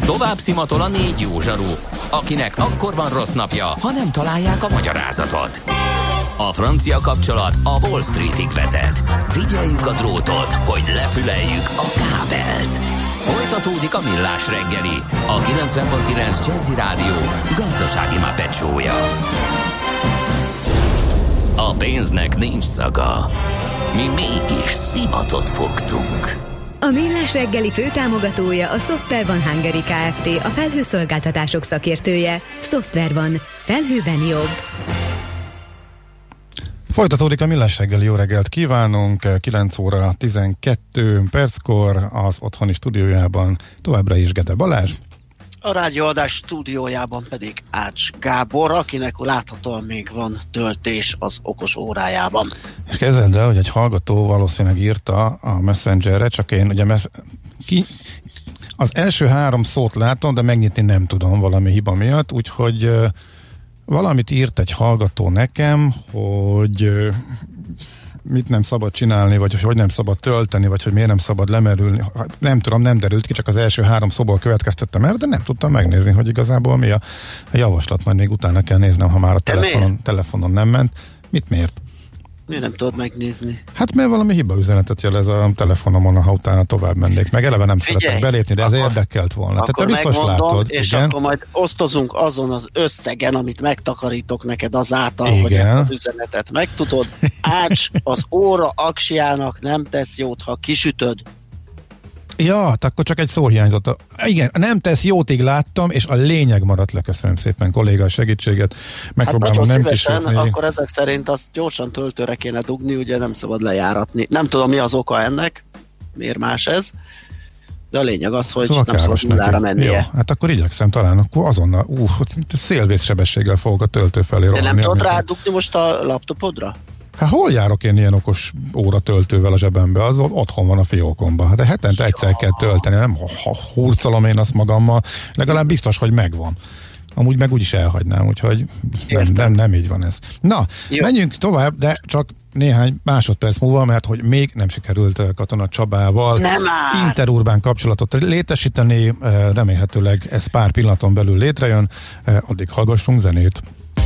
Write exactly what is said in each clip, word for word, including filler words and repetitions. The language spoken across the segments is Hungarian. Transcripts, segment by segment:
Tovább szimatol a négy jó zsaru, akinek akkor van rossz napja, ha nem találják a magyarázatot. A francia kapcsolat a Wall Streetig vezet. Figyeljük a drótot, hogy lefüleljük a kábelt. Folytatódik a Millás reggeli, a kilencven pont kilenc Jazzy Rádió gazdasági Muppet show-ja. A pénznek nincs szaga. Mi mégis szimatot fogtunk. A Millás reggeli főtámogatója a Software One Hungary Kft., a felhőszolgáltatások szakértője. Software One. Felhőben jobb. Folytatódik a Millás reggeli, jó reggelt kívánunk, kilenc óra tizenkettő perckor az otthoni stúdiójában továbbra is Gede Balázs. A rádióadás stúdiójában pedig Ács Gábor, akinek láthatóan még van töltés az okos órájában. És kezdeld el, hogy egy hallgató valószínűleg írta a Messengerre, csak én ugye mesz- ki- az első három szót látom, de megnyitni nem tudom valami hiba miatt, úgyhogy uh, valamit írt egy hallgató nekem, hogy uh, mit nem szabad csinálni, vagy hogy nem szabad tölteni, vagy hogy miért nem szabad lemerülni. Nem tudom, nem derült ki, csak az első három szóból következtettem el, de nem tudtam megnézni, hogy igazából mi a, a javaslat, majd még utána kell néznem, ha már a telefonon, telefonon nem ment. Mit miért? Miért nem tudod megnézni? Hát mert valami hiba üzenetet jelez a telefonomon, ha utána tovább mennék. Meg eleve nem Figyelj, szeretek belépni, de ez akkor, érdekelt volna. Akkor te biztos látod. És igen. akkor majd osztozunk azon az összegen, amit megtakarítok neked azáltal, igen. hogy az üzenetet megtudod. Ács, az óra aksiának nem tesz jót, ha kisütöd. Ja, hát akkor csak egy szó hiányzott. Igen, nem tesz jótig láttam, és a lényeg maradt le. Köszönöm szépen, kolléga, a segítséget. Megpróbálom hát nem szívesen, kisütni. akkor ezek szerint azt gyorsan töltőre kéne dugni, ugye nem szabad lejáratni. Nem tudom, mi az oka ennek, miért más ez, de a lényeg az, hogy szóval nem szabad nullára mennie. Jó, hát akkor igyekszem talán, akkor azonnal, ú, szélvészsebességgel fogok a töltő felé rohanni. De nem tudod rádugni most a laptopodra? Hát hol járok én ilyen okos óra töltővel a zsebembe? Az otthon van a fiókomban. De hetente ja. egyszer kell tölteni, nem ha hurcolom én azt magammal, legalább biztos, hogy megvan. Amúgy meg úgyis elhagynám, úgyhogy nem, nem, nem így van ez. Na, jó. Menjünk tovább, de csak néhány másodperc múlva, mert hogy még nem sikerült Katona Csabával interurbán kapcsolatot létesíteni, remélhetőleg ez pár pillanaton belül létrejön, addig hallgassunk zenét.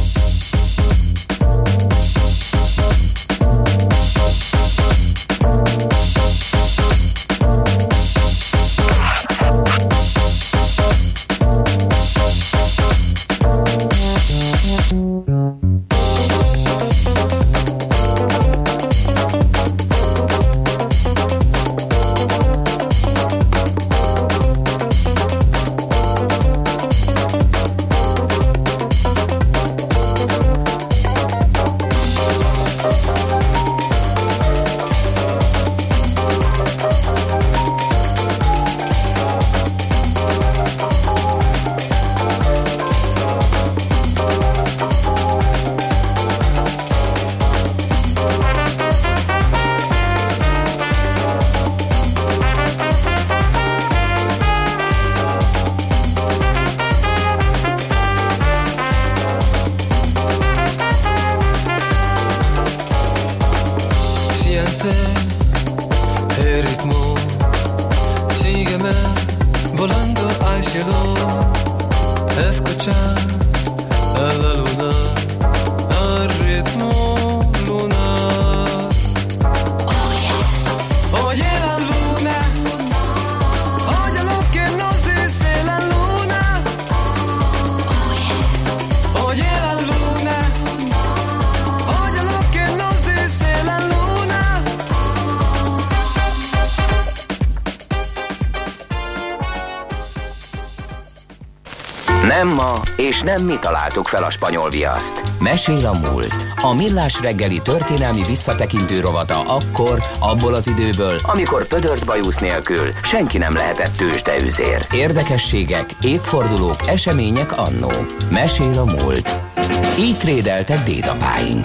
Nem ma, és nem mi találtuk fel a spanyol viaszt. Mesél a múlt. A Millás reggeli történelmi visszatekintő rovata akkor, abból az időből, amikor pödört bajusz nélkül senki nem lehetett tőzsdeüzér. Érdekességek, évfordulók, események annó. Mesél a múlt. Így trédeltek dédapáink.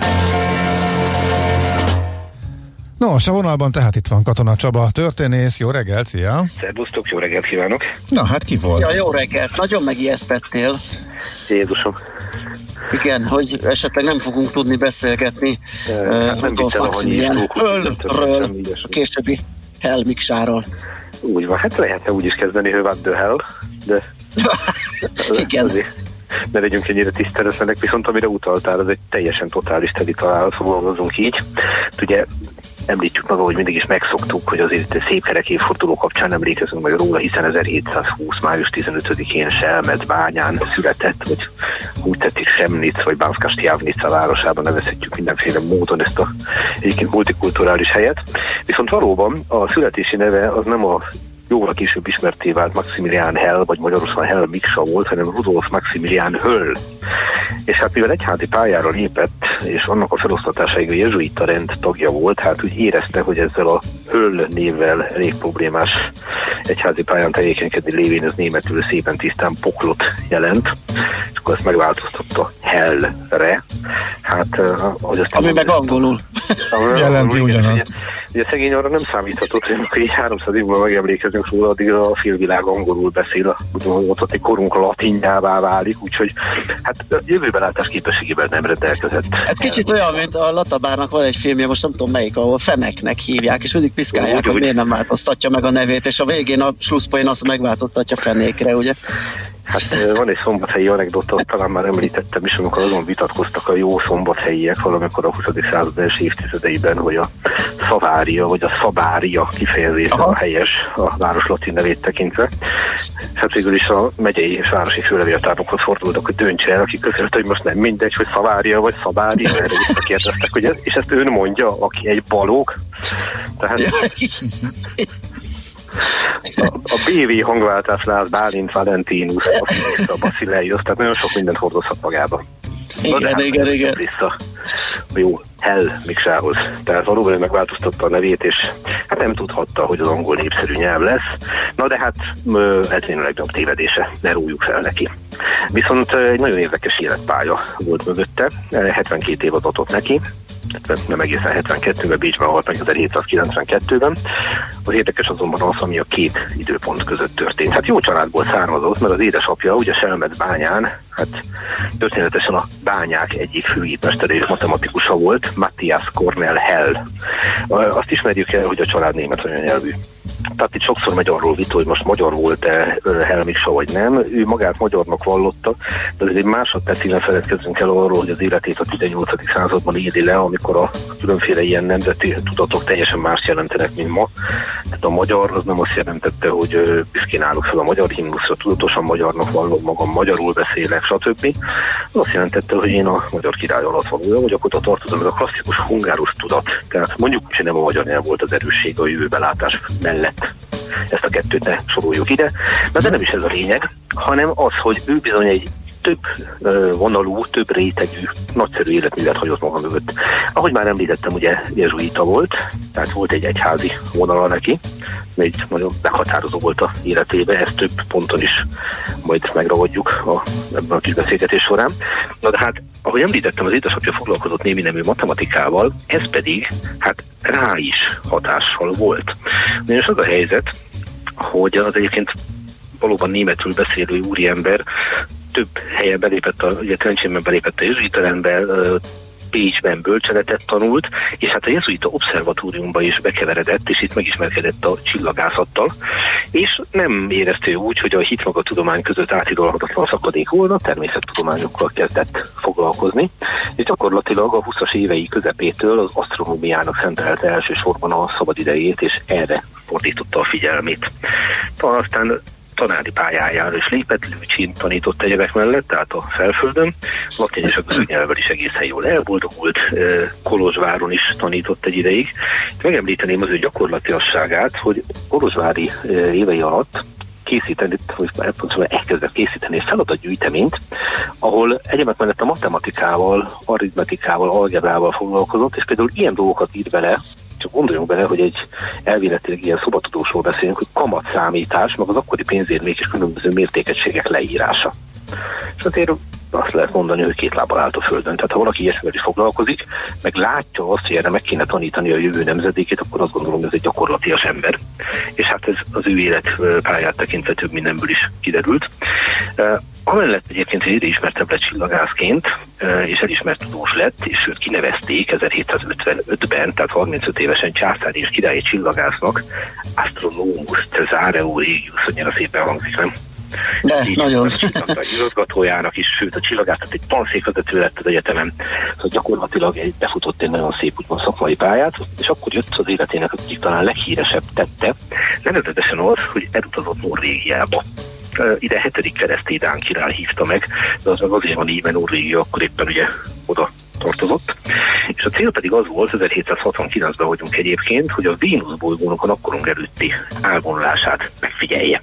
Nos, a vonalban tehát itt van Katona Csaba, történész. Jó reggelt, szia! Szerbusztok, jó reggelt kívánok! Na, hát ki volt? Ja, jó reggelt! Nagyon megijesztettél. Jézusom! Igen, hogy esetleg nem fogunk tudni beszélgetni hát nem Rudolf Maximiliánről, a későbbi Hell Miksáról. Úgy van, hát lehetne úgy is kezdeni, hogy What the Hell, de Igen. Ne legyünk ennyire tiszteletlenek, viszont amire utaltál, az egy teljesen totális teli találat, fogalmazunk így. Ugye említjük meg, hogy mindig is megszoktuk, hogy azért szép kerek évforduló kapcsán emlékezünk meg róla, hiszen ezerhétszázhúsz. május tizenötödikén Selmecbányán született, vagy úgy tetszik Semnitz, vagy Banszkastjávnica városában nevezhetjük mindenféle módon ezt a egyébként multikulturális helyet. Viszont valóban a születési neve az nem a jóval később ismerté vált Maximilián Hell, vagy magyarosan Hell Miksa volt, hanem Rudolf Maximilián Höll. És hát mivel egyházi pályára lépett, és annak a felosztatásáig a jezsuita rend tagja volt, hát úgy érezte, hogy ezzel a Höll névvel elég problémás egyházi pályán tevékenykedni lévén, ez németül szépen tisztán poklot jelent, és akkor ezt megváltoztatta Hellre. Hát, ahogy azt ami meg angolul. Jelenti ugyanazt. Ugye szegény arra nem számíthatott, hogy amikor így háromszáz évben megemlékezünk róla, addig a félvilág angolul beszél, ott egy korunk latinjává válik, úgyhogy hát jövőbelátás képességében nem rendelkezett. Ez kicsit olyan, mint a Latabárnak van egy filmje, most nem tudom melyik, ahol Feneknek hívják, és mindig piszkálják, hogy miért nem változtatja meg a nevét, és a végén a slusszpoén azt megváltoztatja Fenékre, ugye? Hát van egy szombathelyi anekdota, talán már említettem is, amikor azon vitatkoztak a jó szombathelyiek valamikor a huszadik század első évtizedeiben, hogy a Szavária vagy a Szabária kifejezés a helyes a város latin nevét tekintve. Hát végül is a megyei és városi főlevéltárnokhoz fordultak, hogy döntse el, aki közölt, hogy most nem mindegy, hogy Szavária vagy Szabária, erre visszakérdeztek, hogy ez, és ezt ön mondja, aki egy balóg. Tehát A, a bé vé hangváltásnál Bálint, Valentinus, a Basileius, tehát nagyon sok mindent hordozhat magába. Igen, hát igen, igen. Vissza a jó Hell Miksához. Tehát valóban megváltoztatta a nevét, és hát nem tudhatta, hogy az angol népszerű nyelv lesz. Na de hát ez én a legnagyobb tévedése, ne rújjuk fel neki. Viszont egy nagyon érdekes életpálya volt mögötte, hetvenkét év adatot neki, nem egészen hetvenkettőben, Bécsben halt meg ezerhétszázkilencvenkettőben. Az érdekes azonban az, ami a két időpont között történt. Hát jó családból származott, mert az édesapja ugye Selmecbányán, hát történetesen a bányák egyik főépmestere és matematikusa volt, Matthias Cornel Hell. Azt ismerjük el, hogy a család német anyanyelvű. Tehát itt sokszor megy arról vita, hogy most magyar volt-e Hell Miksa vagy nem. Ő magát magyarnak vallotta, de azért egy másodpercig nem feledkezzünk el arról, hogy az életét a tizennyolcadik században éli le, amikor a különféle ilyen nemzeti tudatok teljesen más jelentenek, mint ma. Tehát a magyar az nem azt jelentette, hogy büszkén állok fel a magyar himnuszra, tudatosan magyarnak vallom magam, magyarul beszélek, stb. Az azt jelentette, hogy én a magyar király alatt valója vagyok, oda tartozom, ez a klasszikus hungárus tudat. Tehát mondjuk, hogy nem a magyar nyelv volt az erősség a jövőbelátás mellett. Ezt a kettőt ne soroljuk ide. De, de nem is ez a lényeg, hanem az, hogy ő bizony egy több vonalú, több rétegű, nagyszerű életművet hagyott maga mögött. Ahogy már említettem, ugye jezsuita volt, tehát volt egy egyházi vonala neki, egy nagyon meghatározó volt a életébe, ezt több ponton is majd megragadjuk a, ebben a kis beszélgetés során. Na de hát, ahogy említettem, az édesapja foglalkozott némi nemű matematikával, ez pedig hát rá is hatással volt. És az a helyzet, hogy az egyébként valóban németül beszélő úriember több helyen belépett, a, ugye Trencsénben belépett a jezsuita rendbe, Pécsben bölcseletet tanult, és hát a jezsuita obszervatóriumba is bekeveredett, és itt megismerkedett a csillagászattal, és nem érezte úgy, hogy a hit meg a tudomány között átidolhatatlan szakadék volna, természettudományokkal kezdett foglalkozni, és gyakorlatilag a huszas évei közepétől az asztronómiának szentelte elsősorban a szabadidejét, és erre fordította a figyelmét. Aztán tanári pályájára is lépett, Lőcsén tanított egyebek mellett, tehát a Felföldön, latin és a görög nyelvvel is egészen jól elboldogult, Kolozsváron is tanított egy ideig. Itt megemlíteném az ő gyakorlatiasságát, hogy kolozsvári évei alatt készíteni, vagy pontosan elkezdett készíteni egy feladatgyűjteményt, ahol egyebek mellett a matematikával, aritmetikával, algebrával foglalkozott, és például ilyen dolgokat írt bele, csak gondoljunk bele, hogy egy elvéletileg ilyen szobatudósról beszélünk, hogy kamatszámítás, meg az akkori pénzérmék és különböző mértékegységek leírása. És azért azt lehet mondani, hogy két lábbal állt a földön. Tehát ha valaki ilyesmivel is foglalkozik, meg látja azt, hogy erre meg kéne tanítani a jövő nemzedékét, akkor azt gondolom, hogy ez egy gyakorlatias ember. És hát ez az ő életpályát tekintve több mindenből is kiderült. Uh, amellett egyébként, hogy ide ismertebb lett csillagászként, uh, és elismert tudós lett, és őt kinevezték ezerhétszázötvenötben, tehát harmincöt évesen császári és királyi csillagásznak, Astronomus Cesare Aurelius, annyira szépen hangzik, nem? De, így nagyon. a igazgatójának is, sőt a csillagászat egy tanszékvezető lett az egyetemen, szóval gyakorlatilag egy, befutott egy nagyon szép úgymond szakmai pályát, és akkor jött az életének egyik talán leghíresebb tette, nevezetesen az, hogy elutazott Norvégiába. Ide hetedik keresztély dán király hívta meg, de az meg azért van így, mert Norvégia akkor éppen ugye oda tartozott. És a cél pedig az volt, ezerhétszázhatvankilencben vagyunk egyébként, hogy a Vénusz bolygónak a napkorong előtti elvonulását megfigyelje.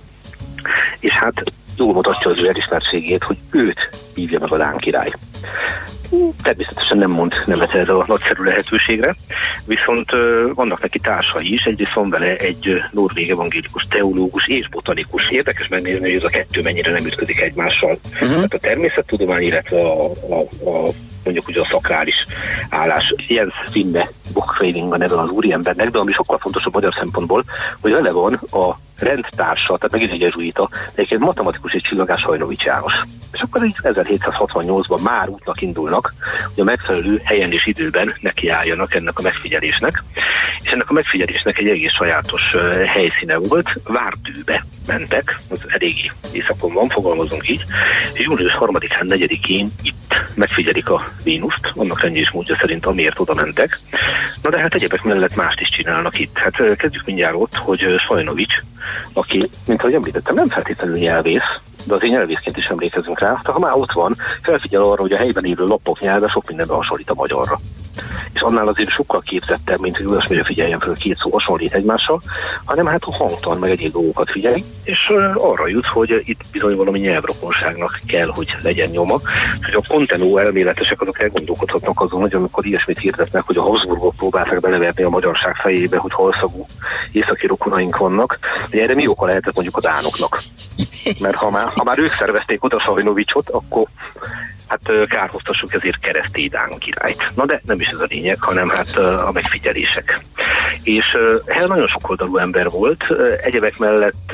És hát jól mutatja az ő elismertségét, hogy őt hívja meg a dán király. Természetesen nem mond nemet erre a nagyszerű lehetőségre, viszont uh, vannak neki társai is, egyrészt van vele egy uh, norvég evangélikus teológus és botanikus. Érdekes megnézni, hogy ez a kettő mennyire nem ütközik egymással. Uh-huh. Tehát a természettudomány, illetve a, a, a mondjuk ugye a szakrális állás. Jens Finne Bokfeining a neve az úriembernek, de ami sokkal fontosabb magyar szempontból, hogy vele van a rendtársa, tehát megint egy jezsuita, de egyébként matematikus és csillagás Hajnovics János. És akkor így ezerhétszázhatvannyolcban már útnak indulnak, hogy a megfelelő helyen és időben nekiálljanak ennek a megfigyelésnek. És ennek a megfigyelésnek egy egész sajátos uh, helyszíne volt, Várdőbe mentek, az eléggé északon van, fogalmazunk így, és július harmadikán, negyedikén itt megfigyelik a Vénuszt, annak ennyi is módja szerint, amiért oda mentek. Na de hát egyebek mellett mást is csinálnak itt. Hát uh, kezdjük mindjárt ott, hogy uh, Sajnovics, aki, mint ahogy említettem, nem feltétlenül nyelvész, de azért nyelvészként is emlékezünk rá, ha már ott van, felfigyel arra, hogy a helyben élő lapok nyelve sok mindenben hasonlít a magyarra. És annál azért sokkal képzettebb, mint hogy olyasmire figyeljen föl, két szó hasonlít egymással, hanem hát a hangtan meg egyéb dolgokat figyeli, és uh, arra jut, hogy itt bizony valami nyelvrokonságnak kell, hogy legyen nyoma. Hogy a kontenó elméletesek azok elgondolkodhatnak azon, hogy amikor ilyesmit hirdetnek, hogy a Habsburgok próbálták beleverni a magyarság fejébe, hogy halszagú északi rokonaink vannak, hogy erre mi oka lehetett mondjuk a dánoknak. Mert ha már, ha már ők szervezték oda Sajnovicsot, akkor hát kárhoztassuk ezért keresztély dán királyt. Na de nem is ez a lényeg, hanem hát a megfigyelések. És Hell nagyon sokoldalú ember volt, egyebek mellett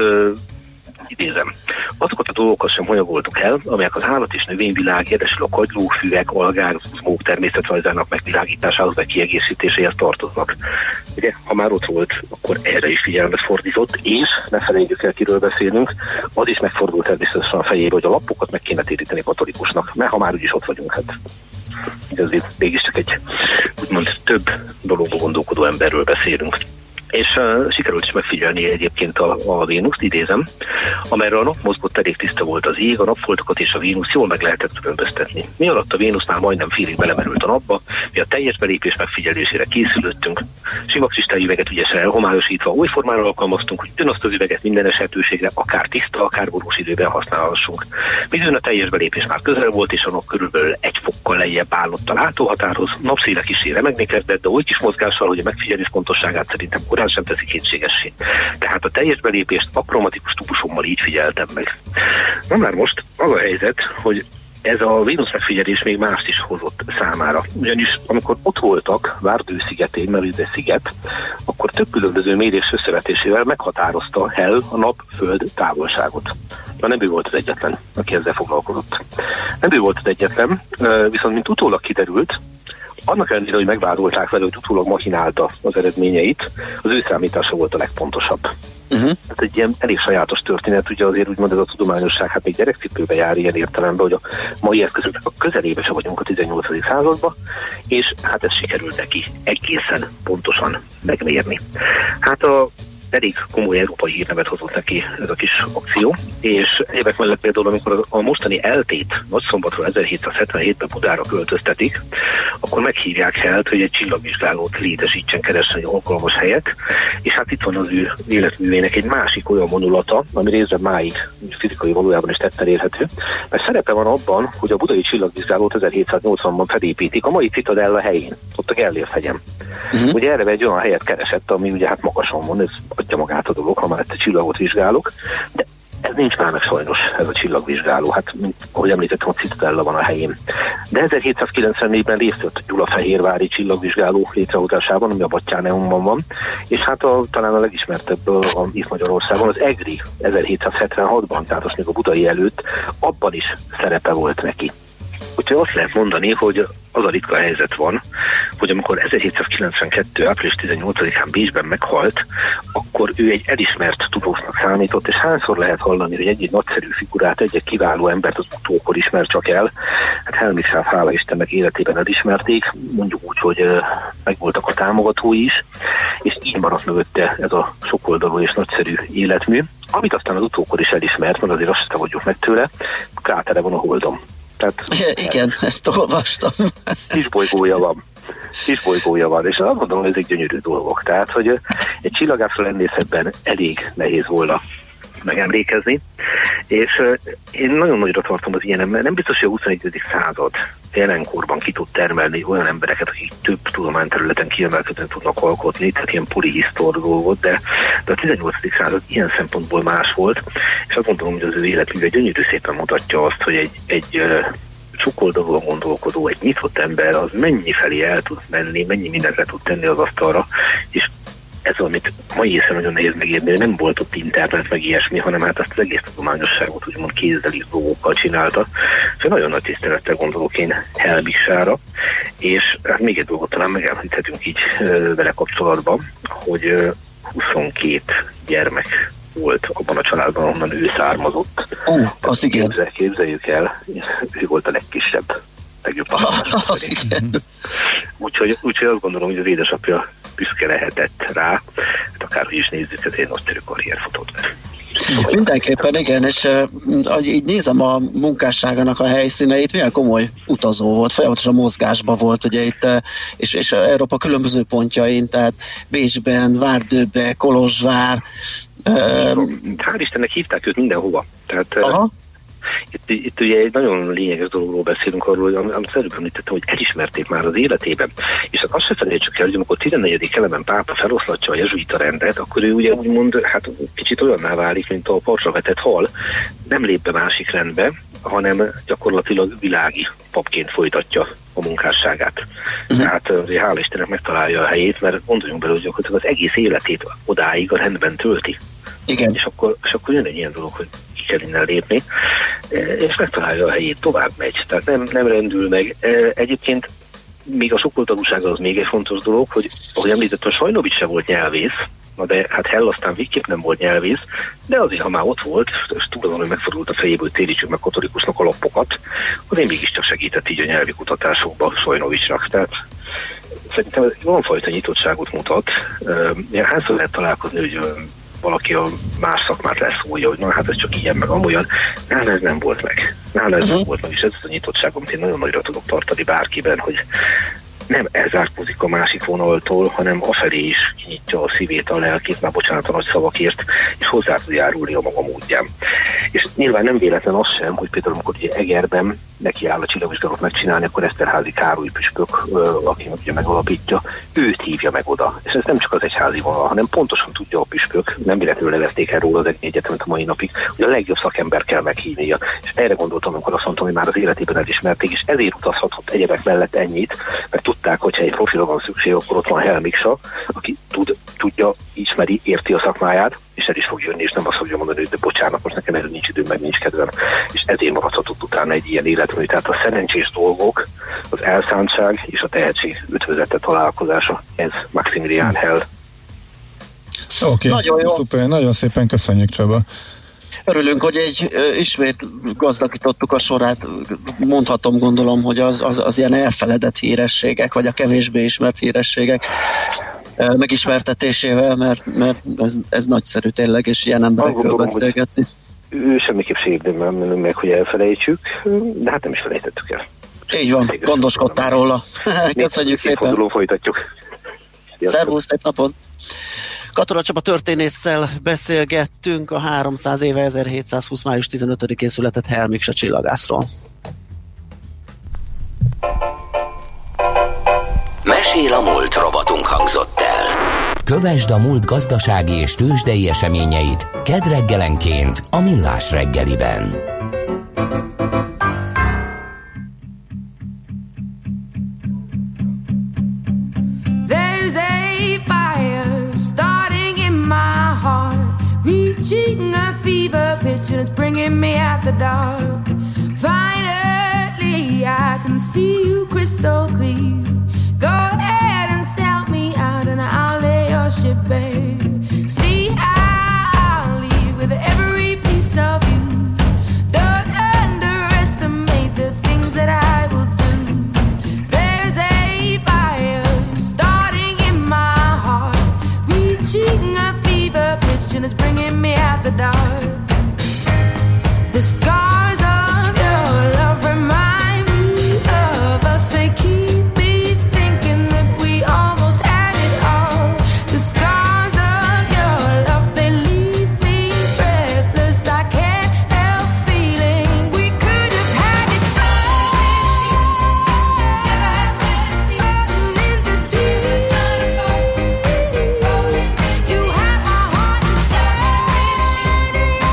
idézem. Azokat a dolgokat sem hanyagoltuk el, amelyek az állat és növényvilág, édesül a kagylók, füvek, algák, zuzmók természetrajzának megvilágításához vagy kiegészítéséhez tartoznak. Ugye, ha már ott volt, akkor erre is figyelmet fordított, és ne felejtjük el, kiről beszélünk, az is megfordult természetesen a fejébe, hogy a lapokat meg kéne téríteni katolikusnak, mert ha már úgyis ott vagyunk, hát azért mégiscsak egy úgymond több dologba gondolkodó emberről beszélünk. És uh, sikerült is megfigyelni egyébként a, a Vénuszt, idézem, amerre a nap mozgott, elég tiszta volt az ég, a napfoltokat és a Vénusz jól meg lehetett különböztetni. Mi alatt a Vénusznál majdnem félig belemerült a napba, mi a teljes belépés megfigyelésére készülöttünk, sima kristályüveget ügyesen elhomályosítva oly formára alkalmaztunk, hogy ugyanazt az üveget minden esetőségre akár tiszta, akár borús időben használhassunk. Midőn a teljes belépés már közel volt, és a nap körülbelül egy fokkal lejjebb állott a látóhatárhoz, napszéle kissé remegni kezdett, de oly kis mozgással, hogy a megfigyelés pontosságát szerintem korán sem teszi kétségessé. Tehát a teljes belépést akromatikus tubusommal így figyeltem meg. Na már most az a helyzet, hogy ez a Vénusz megfigyelés még mást is hozott számára. Ugyanis amikor ott voltak Várdő szigetén, mert ez sziget, akkor több különböző mérés összevetésével meghatározta Hell a nap-föld távolságot. Na nem ő volt az egyetlen, aki ezzel foglalkozott. Nem ő volt az egyetlen, viszont mint utólag kiderült, annak ellenére, hogy megvádolták vele, hogy utólag machinálta az eredményeit, az ő számítása volt a legpontosabb. Uh-huh. Tehát egy ilyen elég sajátos történet, ugye azért úgymond ez a tudományosság, hát még gyerekcipőbe jár ilyen értelemben, hogy a mai eszközöknek a közelébe se vagyunk a tizennyolcadik században, és hát ez sikerült neki egészen pontosan megmérni. Hát a elég komoly európai hírnevet hozott neki ez a kis akció, és évek mellett például, amikor a mostani eltét Nagyszombatról ezerhétszázhetvenhétben Budára költöztetik, akkor meghívják Hellt, hogy egy csillagvizsgálót létesítsen, keressen egy alkalmas helyet, és hát itt van az ő életművének egy másik olyan vonulata, ami részben máig fizikai valójában is tetten érhető, mert szerepe van abban, hogy a budai csillagvizsgálót ezerhétszáznyolcvanban felépítik a mai Citadella helyén, ott a Gellért-hegyen. Uh-huh. Ugye erre egy olyan helyet keresett, ami ugye hát magasan van, ez adja magát a dolog, ha már ezt a csillagot vizsgálok, de ez nincs már meg sajnos, ez a csillagvizsgáló, hát mint ahogy említettem, a Citadella van a helyén. De ezerhétszázkilencvennégyben részt vett a Gyulafehérvári csillagvizsgáló létrehozásában, ami a Batthyáneumban van, és hát a, talán a legismertebb a, a, itt Magyarországon az EGRI ezerhétszázhetvenhatban, tehát azt még a budai előtt, abban is szerepe volt neki. Úgyhogy azt lehet mondani, hogy az a ritka helyzet van, hogy amikor ezerhétszázkilencvenkettő. április tizennyolcadikán Bécsben meghalt, akkor ő egy elismert tudósnak számított, és hányszor lehet hallani, hogy egy-egy nagyszerű figurát, egy-egy kiváló embert az utókor ismer csak el. Hát Helmich, hála Istennek életében elismerték, mondjuk úgy, hogy megvoltak a támogatói is, és így maradt mögötte ez a sokoldalú és nagyszerű életmű, amit aztán az utókor is elismert, mert azért azt sem tagadjuk meg tőle, krátere van a Holdon. Tehát, igen, ezt olvastam. Kis bolygója van. Kis bolygója van, és azt gondolom, hogy ezek gyönyörű dolgok. Tehát, hogy egy csillagászra rendészetben elég nehéz volna megemlékezni, és én nagyon nagyra tartom az ilyen ember. Nem biztos, hogy a huszonegyedik század jelenkorban ki tud termelni olyan embereket, akik több tudományterületen kiemelkedően tudnak alkotni, tehát ilyen polihisztor dolgot, de, de a tizennyolcadik század ilyen szempontból más volt, és azt gondolom, hogy az ő életműve gyönyörű szépen mutatja azt, hogy egy, egy sokoldalúan gondolkodó, egy nyitott ember, az mennyi felé el tud menni, mennyi mindenre tud tenni az asztalra, és ez, amit mai észre nagyon nehéz megérni, nem volt ott internet, meg ilyesmi, hanem hát azt az egész tudományosságot úgymond kézzel is dolgokkal csinálta. Szóval nagyon nagy tisztelettel gondolok én Helmich-sára, és hát még egy dolgot talán megemlíthetünk így ö, vele kapcsolatban, hogy ö, huszonkét gyermek volt abban a családban, onnan ő származott. Ó, uh, az igen. Képzel, képzeljük el, ő volt a legkisebb. Az igen. Úgyhogy, úgyhogy azt gondolom, hogy az édesapja büszke lehetett rá, hát akárhogy is nézzük, ez egy nagyszerű karrierfotót vett. Mindenképpen igen, és uh, így nézem a munkásságának a helyszíneit, milyen komoly utazó volt, folyamatosan mozgásban volt, ugye itt, uh, és, és Európa különböző pontjain, tehát Bécsben, Várdőbe, Kolozsvár. Uh, Hál' Istennek hívták őt mindenhova. Tehát, uh, Itt, itt ugye egy nagyon lényeges dologról beszélünk arról, hogy amit előbb említettem, hogy elismerték már az életében. És hát azt se felejtsük el, hogy amikor tizennegyedik Kelemen pápa feloszlatja a jezsuita rendet, akkor ő ugye úgymond hát kicsit olyanná válik, mint a partra vetett hal. Nem lép be másik rendbe, hanem gyakorlatilag világi papként folytatja a munkásságát. Uh-huh. Tehát hála Istennek megtalálja a helyét, mert gondoljunk bele, hogy gyakorlatilag az egész életét odáig a rendben tölti. Igen. És akkor, és akkor jön egy ilyen dolog, hogy ki kell innen lépni, és megtalálja a helyét, tovább megy. Tehát nem, nem rendül meg. Egyébként még a sokoldalúság az még egy fontos dolog, hogy ahogy említettem, Sajnovics se volt nyelvész, na de hát Hell aztán végképp nem volt nyelvész, de azért, ha már ott volt, és túl azon, hogy megfordult a fejéből, hogy térítsük meg katolikusnak a lapokat, azért mégiscsak segített így a nyelvi kutatásokba Sajnovicsnak. Tehát szerintem ez valamifajta nyitottságot mutat. Hányszor lehet találkozni, hogy valaki a más szakmát leszólja, hogy na hát ez csak ilyen meg amolyan. Nála ez nem volt meg. Nála ez uh-huh. nem volt meg, és ez az a nyitottság, amit én nagyon nagyra tudok tartani bárkiben, hogy nem elzárkózik a másik vonaltól, hanem afelé is kinyitja a szívét, a lelkét, már bocsánat a nagy szavakért, és hozzá tud járulni a maga módján. És nyilván nem véletlen az sem, hogy például amikor ugye Egerben neki áll a csillagvizsgálatot megcsinálni, akkor Eszterházy Károly püspök, aki ugye megalapítja, őt hívja meg oda. És ez nem csak az egyházi vonal, hanem pontosan tudja a püspök, nem véletlenül nevezték el róla az egyetemet a mai napig, hogy a legjobb szakember kell meghívnia. És erre gondoltam, amikor azt mondtam, hogy már az életében elismerték, és ezért utazhatott egyebek mellett ennyit, mert tudták, hogyha egy profilra van szükség, akkor ott van Helmich, aki tud, tudja, ismeri, érti a szakmáját, és el is fog jönni, és nem azt fogja mondani, hogy de bocsánat, most nekem erről nincs időm, meg nincs kedvem. És ezért maradhatott utána egy ilyen életmű. Tehát a szerencsés dolgok, az elszántság és a tehetség üdvözete találkozása, ez Maximilian Hell. Oké, okay, szuper, nagyon szépen köszönjük, Csaba. Örülünk, hogy egy ismét gazdagítottuk a sorát, mondhatom, gondolom, hogy az, az, az ilyen elfeledett hírességek, vagy a kevésbé ismert hírességek megismertetésével, mert, mert ez, ez nagyszerű tényleg, és ilyen emberekről beszélgetni. Ő semmiképp se érdemel meg, hogy elfelejtsük, de hát nem is felejtettük el. Így van, gondoskodtál róla. Köszönjük szépen. Forduló folytatjuk. Szervusz, szép napot! Katona Csaba történésszel beszélgettünk a háromszáz éve ezerhétszázhúsz. május tizenötödikén született Helmich csillagászról. Mesél a múlt robotunk hangzott el. Kövesd a múlt gazdasági és tőzsdei eseményeit kedd reggelenként a Millás reggeliben. Reaching a fever pitch and it's bringing me out the dark. Finally I can see you crystal clear. Go ahead and sell me out and I'll lay your ship bare. See, I'll leave with every piece of you. Don't underestimate the things that I will do. There's a fire starting in my heart, reaching a fever pitch and it's bringing me out the dark. The scars of your love remind me of us. They keep me thinking that we almost had it all. The scars of your love, they leave me breathless. I can't help feeling we could have had it all. In the deep, you have my heart inside.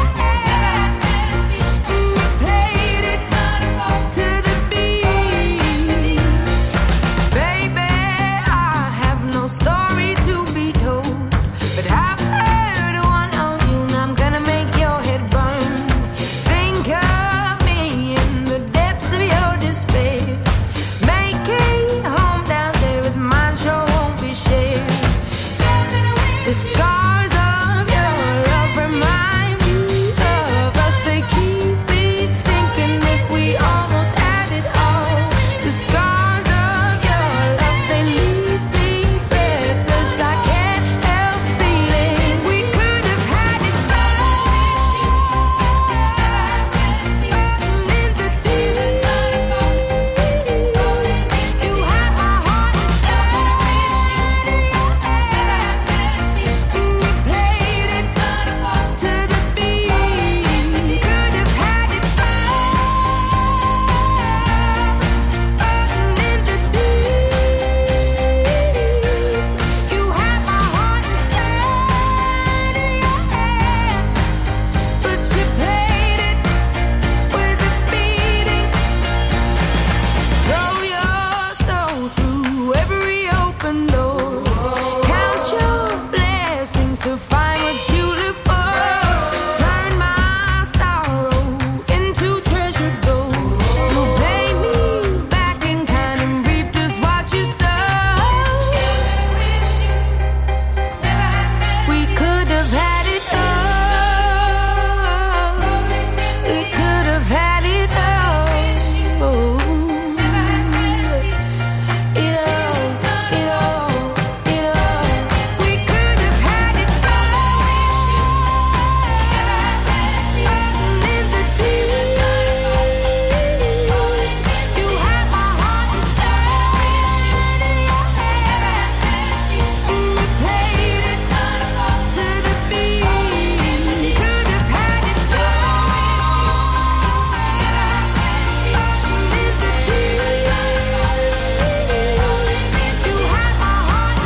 You played it to the beat. Baby, I have no story to be told, but I've heard one on you and I'm gonna make your head burn. Think of me in the depths of your despair. Make a home down there as mine sure won't be shared. The scars of your love remind me of us. They keep me thinking that we almost had it all. The scars of your love, they leave me breathless. I can't help feeling we could have had it all. In the deep, you have my heart inside. You played it to the beat. Could have had it all. In the deep, you have my heart inside. But you played it with a beating. Throw your soul through every open door. Count your blessings to find what you look for. Turn my sorrow into treasure gold. You'll pay me back in kind and reap just what you sow. We could have had it all. We could have had it all. It all, it all, it all. We could have had it all. In the deep, you have my heart inside. You played it to the beat. Could have had it all. In the deep, you have my heart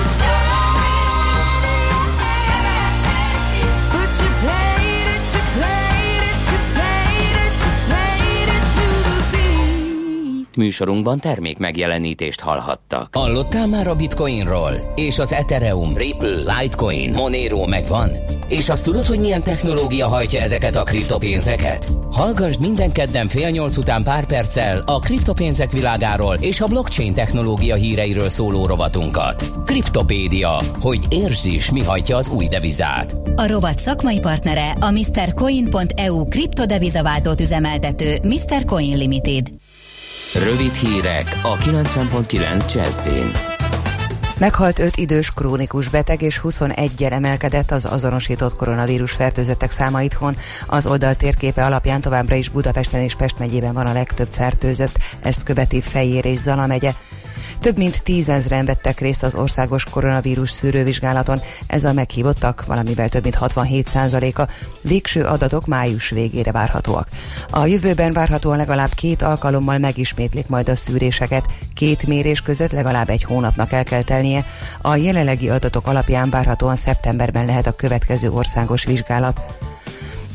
inside. But you played it, you played it, you played it, you played it to the beat. Műsorunkban termék megjelenítést hallhattak. Hallottál már a Bitcoinról? És az Ethereum, Ripple, Litecoin, Monero megvan? És azt tudod, hogy milyen technológia hajtja ezeket a kriptopénzeket? Hallgassd minden kedden fél nyolc után pár perccel a kriptopénzek világáról és a blockchain technológia híreiről szóló rovatunkat. Kriptopédia, hogy értsd is, mi hajtja az új devizát. A rovat szakmai partnere a mister coin pont e u kriptodevizaváltót üzemeltető mister Coin Limited. Rövid hírek a kilencven pont kilenc Jazzin. Meghalt öt idős krónikus beteg és huszoneggyel emelkedett az azonosított koronavírus fertőzöttek száma itthon. Az oldal térképe alapján továbbra is Budapesten és Pest megyében van a legtöbb fertőzött, ezt követi Fejér és Zala megye. Több mint tízezren vettek részt az országos koronavírus szűrővizsgálaton, ez a meghívottak valamivel több mint hatvanhét százaléka. Végső adatok május végére várhatóak. A jövőben várhatóan legalább két alkalommal megismétlik majd a szűréseket. Két mérés között legalább egy hónapnak el kell telnie. A jelenlegi adatok alapján várhatóan szeptemberben lehet a következő országos vizsgálat.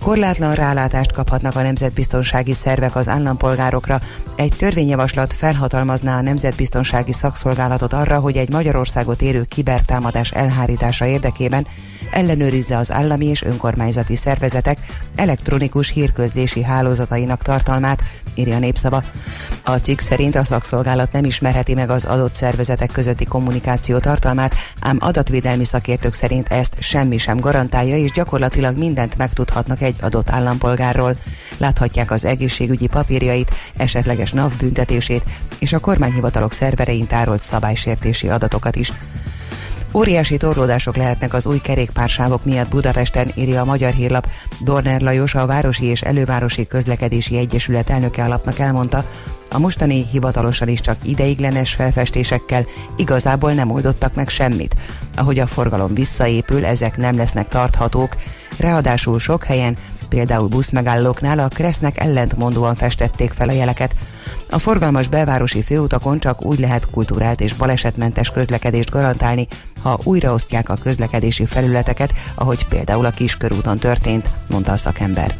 Korlátlan rálátást kaphatnak a nemzetbiztonsági szervek az állampolgárokra. Egy törvényjavaslat felhatalmazná a Nemzetbiztonsági Szakszolgálatot arra, hogy egy Magyarországot érő kibertámadás elhárítása érdekében ellenőrizze az állami és önkormányzati szervezetek elektronikus hírközlési hálózatainak tartalmát, írja a Népszava. A cikk szerint a szakszolgálat nem ismerheti meg az adott szervezetek közötti kommunikáció tartalmát, ám adatvédelmi szakértők szerint ezt semmi sem garantálja, és gyakorlatilag mindent megtudhatnak egy adott állampolgárról. Láthatják az egészségügyi papírjait, esetleges NAV büntetését és a kormányhivatalok szerverein tárolt szabálysértési adatokat is. Óriási torlódások lehetnek az új kerékpársávok miatt Budapesten, írja a Magyar Hírlap. Dorner Lajos, a Városi és Elővárosi Közlekedési Egyesület elnöke alapnak elmondta, a mostani hivatalosan is csak ideiglenes felfestésekkel igazából nem oldottak meg semmit. Ahogy a forgalom visszaépül, ezek nem lesznek tarthatók, ráadásul sok helyen, például buszmegállóknál a Kresznek ellentmondóan festették fel a jeleket. A forgalmas belvárosi főutakon csak úgy lehet kulturált és balesetmentes közlekedést garantálni, ha újraosztják a közlekedési felületeket, ahogy például a Kiskörúton történt, mondta a szakember.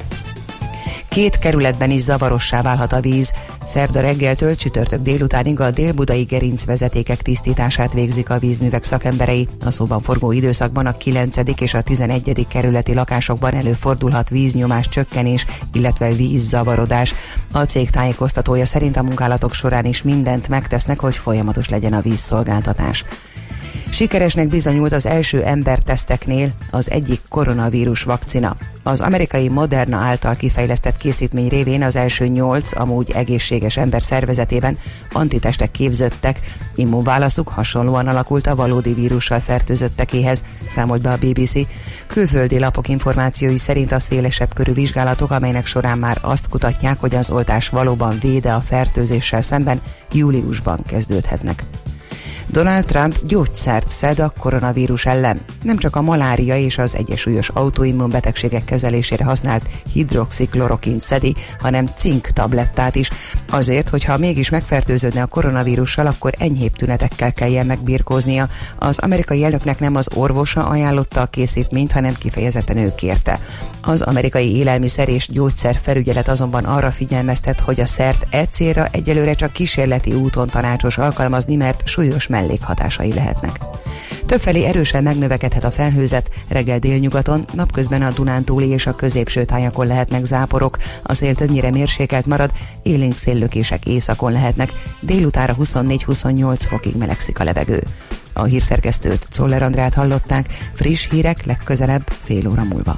Két kerületben is zavarossá válhat a víz. Szerda reggeltől csütörtök délutánig a délbudai gerincvezetékek tisztítását végzik a vízművek szakemberei. A szóban forgó időszakban a kilencedik és a tizenegyedik kerületi lakásokban előfordulhat víznyomás csökkenés, illetve vízzavarodás. A cég tájékoztatója szerint a munkálatok során is mindent megtesznek, hogy folyamatos legyen a vízszolgáltatás. Sikeresnek bizonyult az első emberteszteknél az egyik koronavírus vakcina. Az amerikai Moderna által kifejlesztett készítmény révén az első nyolc amúgy egészséges ember szervezetében antitestek képződtek, immunválaszuk hasonlóan alakult a valódi vírussal fertőzöttekéhez, számolt be a bé bé cé. Külföldi lapok információi szerint a szélesebb körű vizsgálatok, amelynek során már azt kutatják, hogy az oltás valóban véde a fertőzéssel szemben, júliusban kezdődhetnek. Donald Trump gyógyszert szed a koronavírus ellen. Nem csak a malária és az egyes súlyos autoimmun betegségek kezelésére használt hidroxiklorokint szedi, hanem cink tablettát is. Azért, hogyha mégis megfertőződne a koronavírussal, akkor enyhébb tünetekkel kelljen megbirkóznia. Az amerikai elnöknek nem az orvosa ajánlotta a készítményt, hanem kifejezetten ő kérte. Az amerikai élelmiszer és gyógyszer felügyelet azonban arra figyelmeztet, hogy a szert e célra egyelőre csak kísérleti úton tanácsos alkalmazni, mert súlyos mellékhatásai lehetnek. Többfelé erősen megnövekedhet a felhőzet, reggel délnyugaton, napközben a Dunántúli és a középső tájakon lehetnek záporok, a szél többnyire mérsékelt marad, élénk széllökések északon lehetnek, délutára huszonnégy-huszonnyolc fokig melegszik a levegő. A hírszerkesztőt, Czoller Andrát hallották, friss hírek legközelebb fél óra múlva.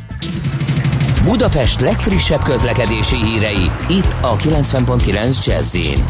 Budapest legfrissebb közlekedési hírei, itt a kilencven pont kilenc Jazz-in.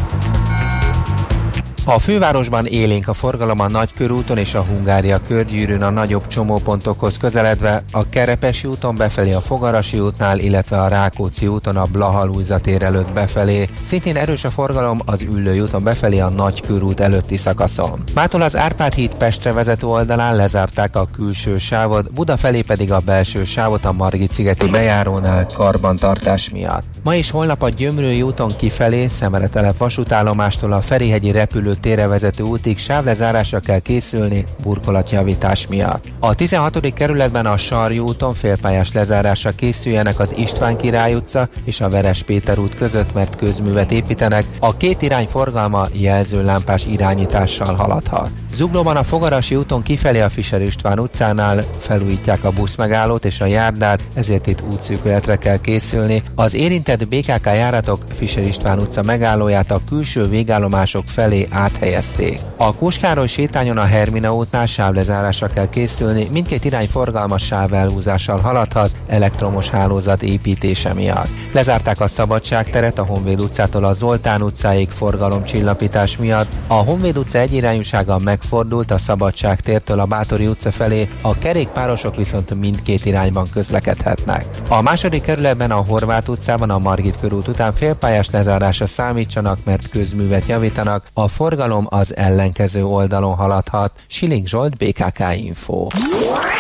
A fővárosban élénk a forgalom a Nagykörúton és a Hungária körgyűrűn a nagyobb csomópontokhoz közeledve, a Kerepesi úton befelé a Fogarasi útnál, illetve a Rákóczi úton a Blaha-Lujza tér előtt befelé. Szintén erős a forgalom az Üllői úton befelé a Nagykörút előtti szakaszon. Mától az Árpád híd Pestre vezető oldalán lezárták a külső sávot, Buda felé pedig a belső sávot a Margit-szigeti bejárónál karbantartás miatt. Ma és holnap a Gyömrői úton kifelé, Szemeretelep vasútállomástól a Ferihegyi repülőtérre vezető útig sávlezárásra kell készülni burkolatjavítás miatt. A tizenhatodik kerületben a Sarjú úton félpályás lezárásra készüljenek az István Király utca és a Veres Péter út között, mert közművet építenek, a két irány forgalma jelzőlámpás irányítással haladhat. Zuglóban a Fogarasi úton kifelé a Fischer István utcánál felújítják a buszmegállót és a járdát, ezért itt útszűkületre kell készülni. Az érintett bé ká ká járatok Fischer István utca megállóját a külső végállomások felé áthelyezték. A Kóskároly sétányon a Hermina útnál sávlezárásra kell készülni, mindkét irány forgalmas sávelhúzással haladhat elektromos hálózat építése miatt. Lezárták a Szabadságteret a Honvéd utcától a Zoltán utcáig forgalomcsillapítás miatt. A Honvéd utca egyirányúsága megfordult a Szabadságtértől a Báthori utca felé, a kerékpárosok viszont mindkét irányban közlekedhetnek. A második kerületben a Horváth utcában a Margit körút után félpályás lezárásra számítsanak, mert közművet javítanak, a forgalom az ellenkező oldalon haladhat. Siling Zsolt, bé ká ká Info.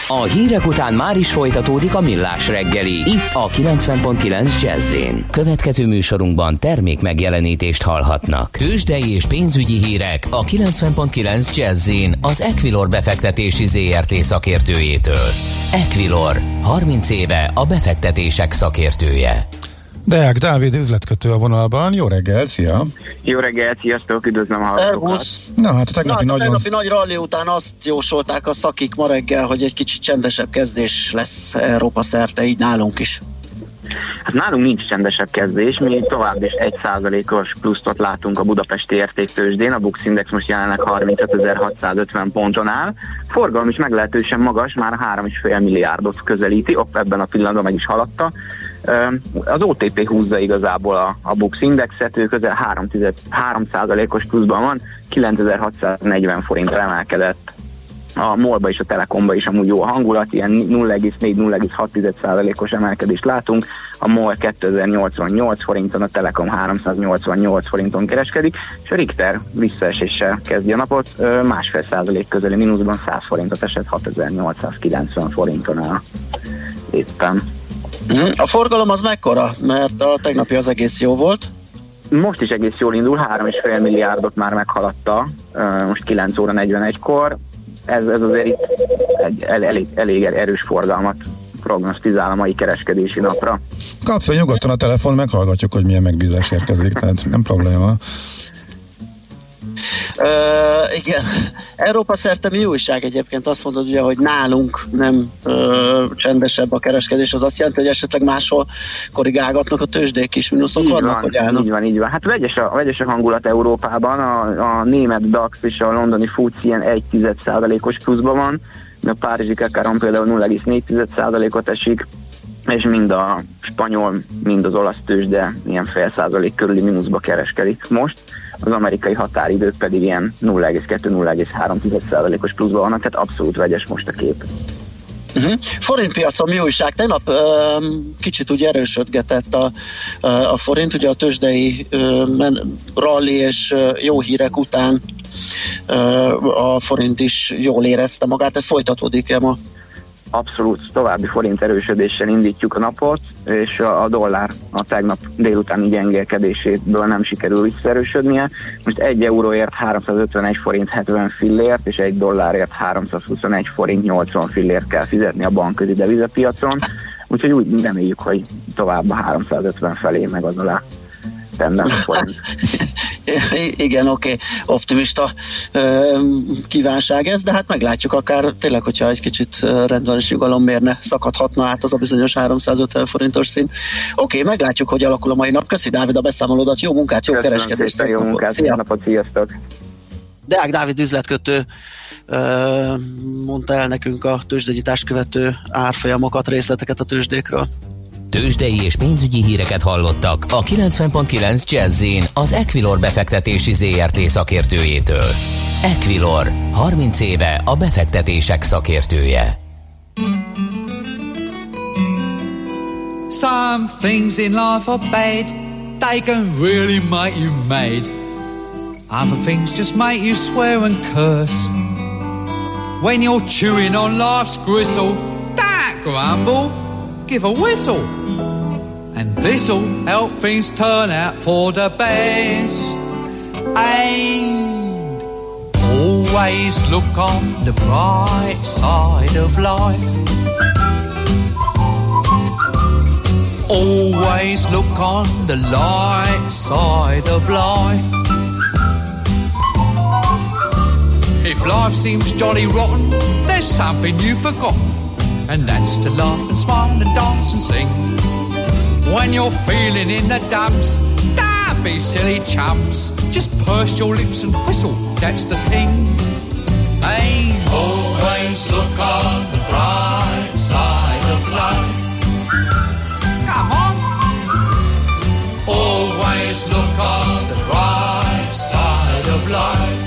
A hírek után már is folytatódik a Millás reggeli, itt a kilencven pont kilenc Jazz-én. Következő műsorunkban termék megjelenítést hallhatnak. Tőzsdei és pénzügyi hírek a kilencven pont kilenc Jazz-én az Equilor befektetési zé er té szakértőjétől. Equilor, harminc éve a befektetések szakértője. Deák Dávid üzletkötő a vonalban. Jó reggel, szia! Jó reggel, sziasztok, üdvözlöm a hallgatókat! Na hát a tegnapi, Na, nagyon... tegnapi nagy ralli után azt jósolták a szakik ma reggel, hogy egy kicsit csendesebb kezdés lesz Európa szerte, így nálunk is. Hát nálunk nincs csendesebb kezdés, mi tovább is egy százalékos plusztot látunk a budapesti értéktőzsdén, a Bux Index most jelenleg harmincötezer-hatszázötven ponton áll, forgalom is meglehetősen magas, már három egész öt milliárdot közelíti, ott ebben a pillanatban meg is haladta. Az o té pé húzza igazából a, a Bux Indexet, ő közel három százalékos pluszban van, kilencezer-hatszáznegyven forintra emelkedett. A MOL-ba és a Telekomba is amúgy jó a hangulat, ilyen nulla egész négy nulla egész hat százalékos emelkedést látunk, a MOL kétezer-nyolcvannyolc forinton, a Telekom háromszáznyolcvannyolc forinton kereskedik, és a Richter visszaeséssel kezdi a napot, másfél százalék közeli mínuszban száz forintot esett, hatezer-nyolcszázkilencven forinton áll éppen. A forgalom az mekkora? Mert a tegnapi az egész jó volt. Most is egész jól indul, három egész öt milliárdot már meghaladta, most kilenc óra negyvenegy-kor. Ez, ez azért itt egy elég, elég erős forgalmat prognosztizál a mai kereskedési napra. Kap fel nyugodtan a telefon, meghallgatjuk, hogy milyen megbízás érkezik, tehát nem probléma. Uh, igen. Európa szerte mi újság egyébként? Azt mondod ugye, hogy nálunk nem uh, csendesebb a kereskedés, az azt jelenti, hogy esetleg máshol korrigálgatnak a tőzsdék is, mínuszok így vannak, van, hogy állnak? Így van, így van. Hát vegyes a, vegyes a hangulat Európában, a, a német DAX és a londoni FTSE ilyen egy százalékos pluszban van, a párizsi Kakaron például nulla egész négy százalékot esik, és mind a spanyol, mind az olasz tőzsde ilyen fél százalék körüli mínuszba kereskedik most. Az amerikai határidők pedig ilyen nulla egész kettő nulla egész három százalékos pluszban vannak, tehát abszolút vegyes most a kép. Uh-huh. Forintpiacon mi újság? Tegnap uh, kicsit úgy erősödgetett a, uh, a forint, ugye a tőzsdei uh, men, rally és uh, jó hírek után uh, a forint is jól érezte magát, ez folytatódik-e ma? Abszolút további forint erősödéssel indítjuk a napot, és a, a dollár a tegnap délutáni gyengélkedéséből nem sikerül visszaerősödnie. Most egy euróért háromszázötvenegy forint hetven fillért, és egy dollárért háromszázhuszonegy forint nyolcvan fillért kell fizetni a bankközi devizapiacon. Úgyhogy úgy reméljük, hogy tovább a háromszázötven felé meg az alá tenne a forint. Igen, oké, okay. Optimista ö, kívánság ez, de hát meglátjuk akár tényleg, hogyha egy kicsit rendben és nyugalom mérne, szakadhatna át az a bizonyos háromszázötven forintos szint. Oké, okay, meglátjuk, hogy alakul a mai nap. Köszi Dávid a beszámolódat, jó munkát, jó Köszönöm kereskedést. Szépen, jó munkát, szia napot, sziasztok! Deák Dávid üzletkötő ö, mondta el nekünk a tőzsdegyítást követő árfolyamokat, részleteket a tőzsdékről. Tőzsdei és pénzügyi híreket hallottak a kilencven pont kilenc Jazz-én az Equilor befektetési zé er té szakértőjétől. Equilor, harminc éve a befektetések szakértője. Some things in life are bad, they can really make you mad. Other things just make you swear and curse. When you're chewing on life's gristle, don't grumble, give a whistle. And this'll help things turn out for the best. And always look on the bright side of life. Always look on the light side of life. If life seems jolly rotten, there's something you've forgotten, and that's to laugh and smile and dance and sing. When you're feeling in the dumps, don't be silly chumps. Just purse your lips and whistle, that's the thing. Hey, always look on the bright side of life. Come on. Always look on the bright side of life.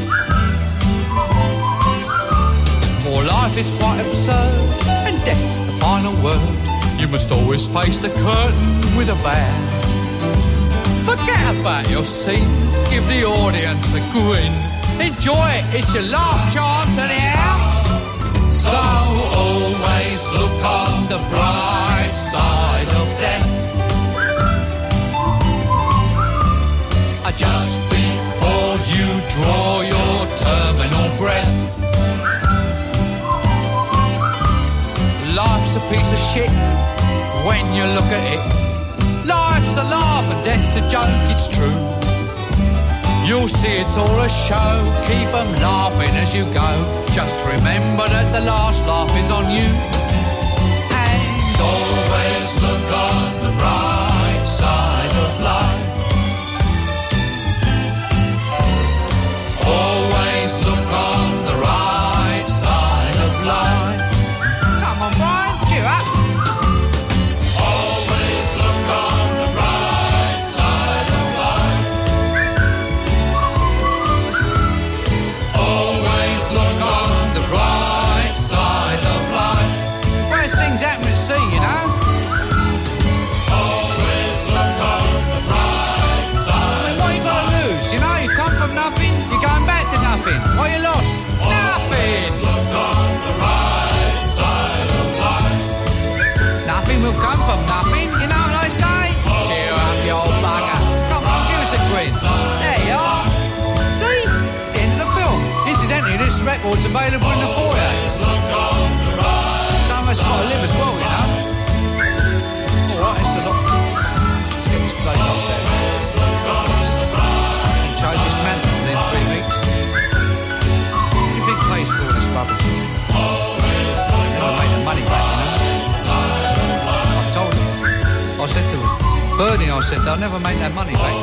For life is quite absurd, and death's the final word. You must always face the curtain with a bow. Forget about your scene, give the audience a grin. Enjoy it, it's your last chance anyhow. So Always look on the bright side of death. Just before you draw your terminal breath. Life's a piece of shit when you look at it. Life's a laugh and death's a joke, it's true. You'll see it's all a show, keep 'em laughing as you go. Just remember that the last laugh is on you. And always look on the bright side of life. Always look on the right side of life. Come on, Brian, cheer up. Always look on the right side of life. Always look on the right side of life. Worst things happen at sea, you know. Always look on the right side. I mean, what you got to lose? You know, you come from nothing. Going back to nothing. What you lost? Nothing. Look on the right side of life. Nothing will come from nothing. You know what I say? Cheer up, you old bugger. Come on, give us a quiz. There you are. See? It's the end of the film. Incidentally, this record's available in the foyer. Some of us got to live as well, you know. All right, it's a lot. Let's get this place locked down. Try this man. Three weeks. You think plays for all this rubbish? Never make the money back, you know. I told him. I said to him, Bernie, I said, they'll never make that money back.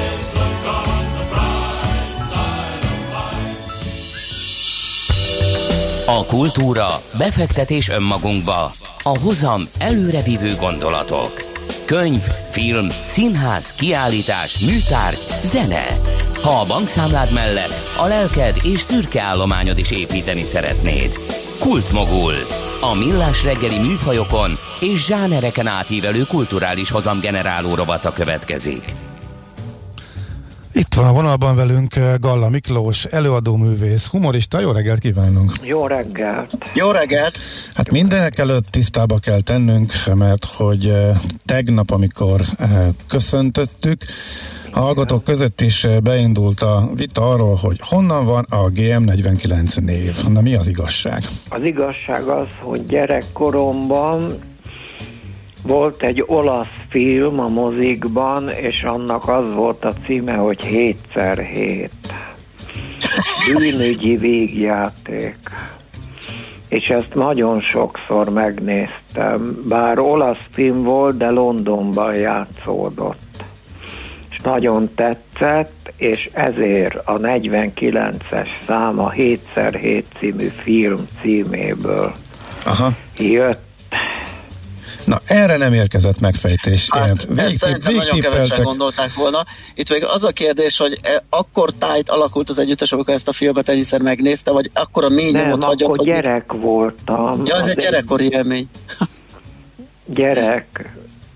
A kultúra, befektetés önmagunkba, a hozam előrevívő gondolatok. Könyv, film, színház, kiállítás, műtárgy, zene. Ha a bankszámlád mellett a lelked és szürke állományod is építeni szeretnéd. Kultmogul. A millás reggeli műfajokon és zsánereken átívelő kulturális hozamgeneráló rovata következik. Itt van a vonalban velünk Galla Miklós, előadóművész, humorista. Jó reggelt kívánunk! Jó reggelt! Jó reggelt! Hát mindenek előtt tisztába kell tennünk, mert hogy tegnap, amikor köszöntöttük, a hallgatók között is beindult a vita arról, hogy honnan van a gé em negyvenkilenc név. Na, mi az igazság? Az igazság az, hogy gyerekkoromban volt egy olasz film a mozikban, és annak az volt a címe, hogy hétszer hét. Bűnügyi vígjáték. És ezt nagyon sokszor megnéztem. Bár olasz film volt, de Londonban játszódott. És nagyon tetszett, és ezért a negyvenkilences szám a hétszer hét című film címéből Aha. jött. Na, erre nem érkezett megfejtés. Hát, Vég, ezt szerintem nagyon kevesen gondolták volna. Itt még az a kérdés, hogy akkor tájt alakult az együttes, amikor ezt a filmet egyszer megnézte, vagy akkor a mély nyomot hagyott? Nem, akkor hogy... gyerek voltam. Ja, ez egy gyerekkori élmény. Gyerekkor,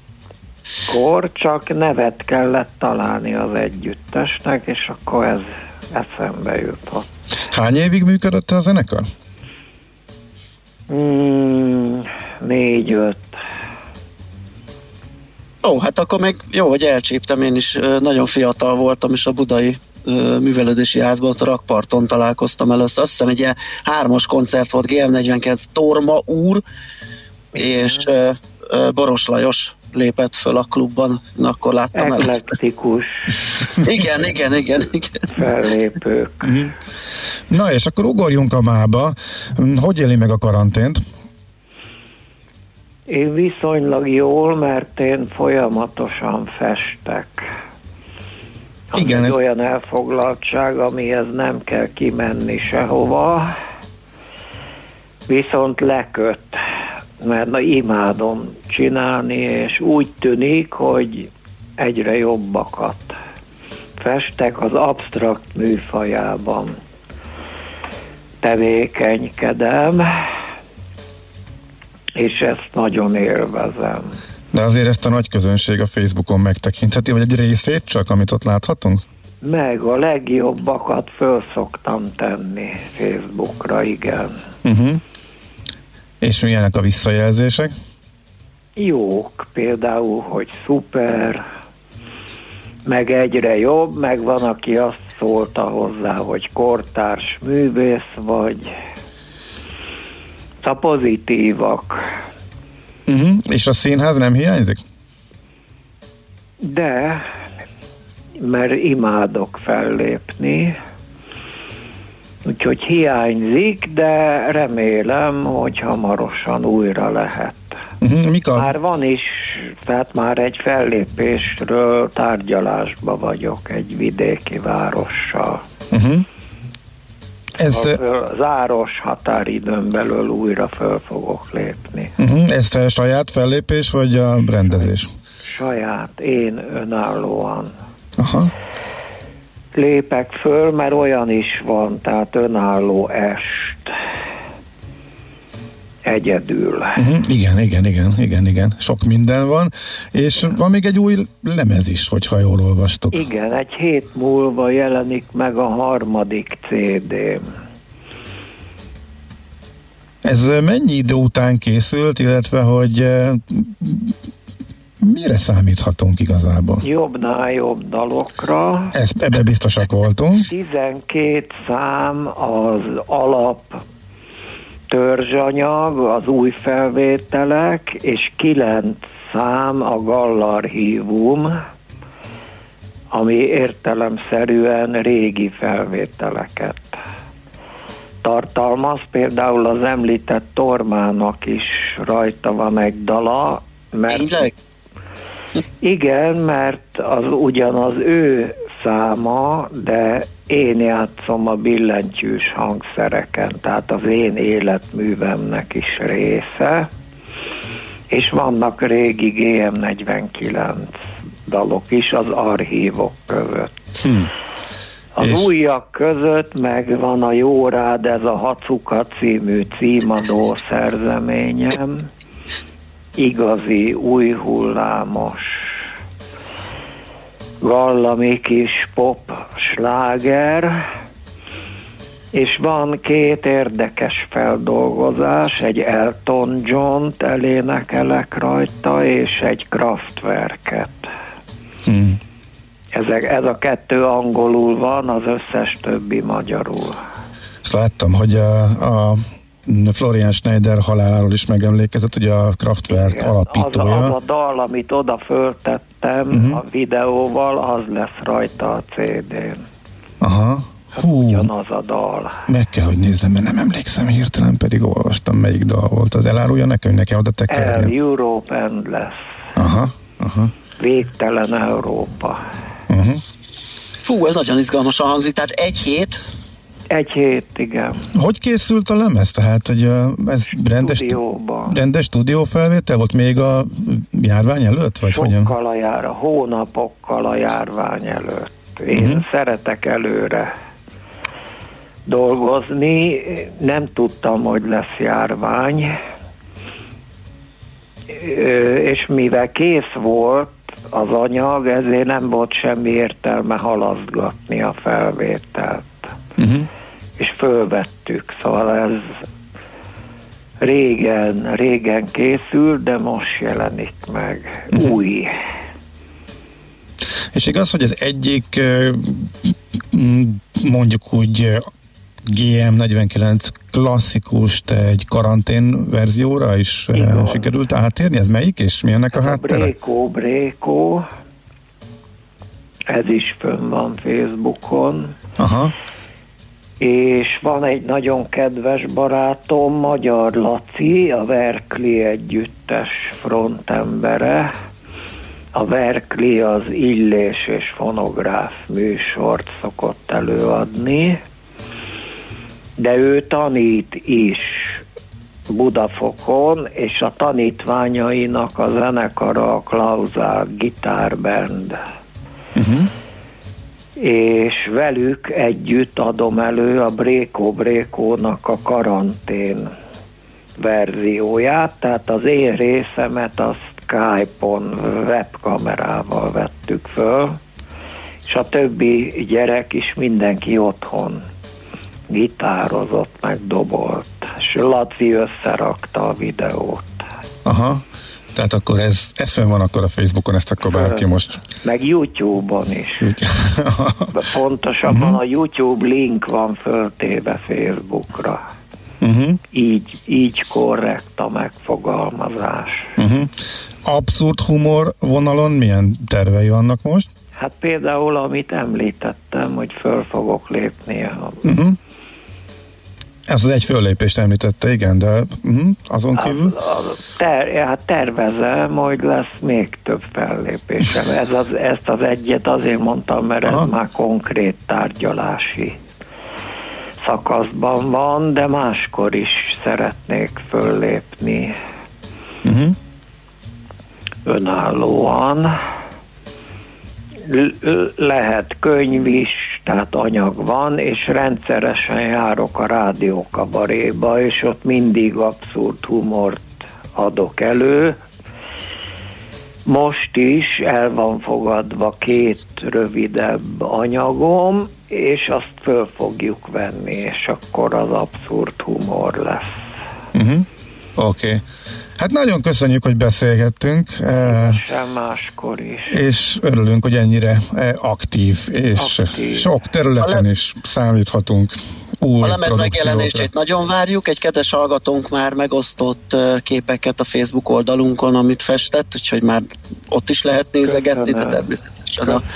csak nevet kellett találni az együttesnek, és akkor ez eszembe jutott. Hány évig működött a zenekar? Mm, négy-öt. Ó, hát akkor még jó, hogy elcsíptem, én is nagyon fiatal voltam, és a budai művelődési házban, ott a rakparton találkoztam először. Azt hiszem egy ilyen hármas koncert volt, gé em negyvenkilenc Torma úr, igen. És uh, uh, Boros Lajos lépett föl a klubban, akkor láttam először. Eklektikus. igen, igen, igen, igen. Fellépők. Na, és akkor ugorjunk a mába. Hogy éli meg a karantént? Én viszonylag jól, mert én folyamatosan festek. Igen, ez... olyan elfoglaltság, amihez nem kell kimenni sehova, viszont leköt, mert na, imádom csinálni, és úgy tűnik, hogy egyre jobbakat festek, az absztrakt műfajában tevékenykedem, és ezt nagyon élvezem. De azért ezt a nagy közönség a Facebookon megtekintheti, vagy egy részét csak, amit ott láthatunk? Meg a legjobbakat föl szoktam tenni Facebookra, igen. Uh-huh. És milyenek a visszajelzések? Jók, például, hogy szuper, meg egyre jobb, meg van, aki azt szólta hozzá, hogy kortárs művész vagy. A pozitívak. Uh-huh. És a színház nem hiányzik? De, mert imádok fellépni, úgyhogy hiányzik, de remélem, hogy hamarosan újra lehet. Uh-huh. Mik a... Már van is, tehát már egy fellépésről tárgyalásba vagyok egy vidéki várossal. Uh-huh. Ez... A záros határidőn belül újra föl fogok lépni. Uh-huh. Ez a saját fellépés, vagy a rendezés? Saját, én önállóan. Aha. Lépek föl, mert olyan is van, tehát önálló est. Egyedül. Uh-huh. Igen, igen, igen, igen, igen. Sok minden van, és van még egy új lemez is, hogyha jól olvastok. Igen, egy hét múlva jelenik meg a harmadik cé dém. Ez mennyi idő után készült, illetve hogy mire számíthatunk igazából? Jobbnál jobb dalokra. Ez, ebbe biztosak voltunk. tizenkét szám az alap törzsanyag, az új felvételek, és kilenc szám a gallarchívum, ami értelemszerűen régi felvételeket tartalmaz. Például az említett Tormának is rajta van egy dala, mert igen, mert az ugyanaz ő száma, de én játszom a billentyűs hangszereken, tehát az én életművemnek is része, és vannak régi gé em negyvenkilenc dalok is az archívok között. Hm. Az és... újak között meg van a Jó rád, ez a Hacuka című címadó szerzeményem, igazi, új hullámos, vallami kis pop sláger, és van két érdekes feldolgozás, egy Elton John-t elénekelek rajta, és egy Kraftwerket. Hmm. Ezek, ez a kettő angolul van, az összes többi magyarul. Azt láttam, hogy a, a Florian Schneider haláláról is megemlékezett, ugye a Kraftwerk igen, alapítója. Az, az a dal, amit oda föltettem uh-huh. a videóval, az lesz rajta a cé dén. Aha. Hú, ugyanaz a dal. Meg kell, hogy nézzem, mert nem emlékszem hirtelen, pedig olvastam, melyik dal volt. Az elárulja nekem, hogy nekem oda tekerjen. El Europe Endless. Aha, aha. Végtelen Európa. Uh-huh. Fú, ez nagyon izgalmasan hangzik, tehát egy hét. Egy hét, igen. Hogy készült a lemez? Tehát, hogy ez rendes, rendes stúdiófelvétel volt még a járvány előtt? Vagy sokkal hogyan? a jár, hónapokkal a járvány előtt. Én uh-huh. szeretek előre dolgozni. Nem tudtam, hogy lesz járvány. És mivel kész volt az anyag, ezért nem volt semmi értelme halaszgatni a felvételt. Uh-huh. És fölvettük, szóval ez régen, régen készült, de most jelenik meg uh-huh. új. És igaz, hogy az egyik mondjuk úgy gé em negyvenkilenc klasszikust egy karantén verzióra is igen. sikerült átérni? Ez melyik, és mi ennek a háttere? Brékó, Brékó, ez is fönn van Facebookon. Aha. És van egy nagyon kedves barátom, Magyar Laci, a Verkli együttes frontembere. A Verkli az Illés és fonográf műsort szokott előadni, de ő tanít is Budafokon, és a tanítványainak a zenekara a Klauzál Gitárband. Uh-huh. És velük együtt adom elő a Brékó Brékónak a karantén verzióját, tehát az én részemet a Skype-on webkamerával vettük föl, és a többi gyerek is mindenki otthon gitározott, meg dobolt, Laci összerakta a videót. Aha, tehát akkor ez, ez fenn van akkor a Facebookon, ezt akkor bárki most... Meg YouTube-on is. Pontosabban uh-huh. a YouTube link van föltéve Facebookra. Uh-huh. Így, így korrekt a megfogalmazás. Uh-huh. Abszurd humor vonalon milyen tervei vannak most? Hát például, amit említettem, hogy föl fogok lépni. A... Uh-huh. Ez az egy föllépést említette, igen, de uh-huh, azon kívül? Az, az, ter, hát tervezem, hogy lesz még több fellépésem. Ez az, ezt az egyet azért mondtam, mert Aha. ez már konkrét tárgyalási szakaszban van, de máskor is szeretnék föllépni uh-huh. önállóan. L- lehet könyv is, tehát anyag van, és rendszeresen járok a rádiókabaréba, és ott mindig abszurd humort adok elő. Most is el van fogadva két rövidebb anyagom, és azt föl fogjuk venni, és akkor az abszurd humor lesz. Uh-huh. Oké. Okay. Hát nagyon köszönjük, hogy beszélgettünk. Sem máskor is. És örülünk, hogy ennyire aktív, és aktív. Sok területen le... is számíthatunk. Új a lemez megjelenését nagyon várjuk. Egy kedves hallgatónk már megosztott képeket a Facebook oldalunkon, amit festett, úgyhogy már ott is lehet nézegetni, de természetesen a,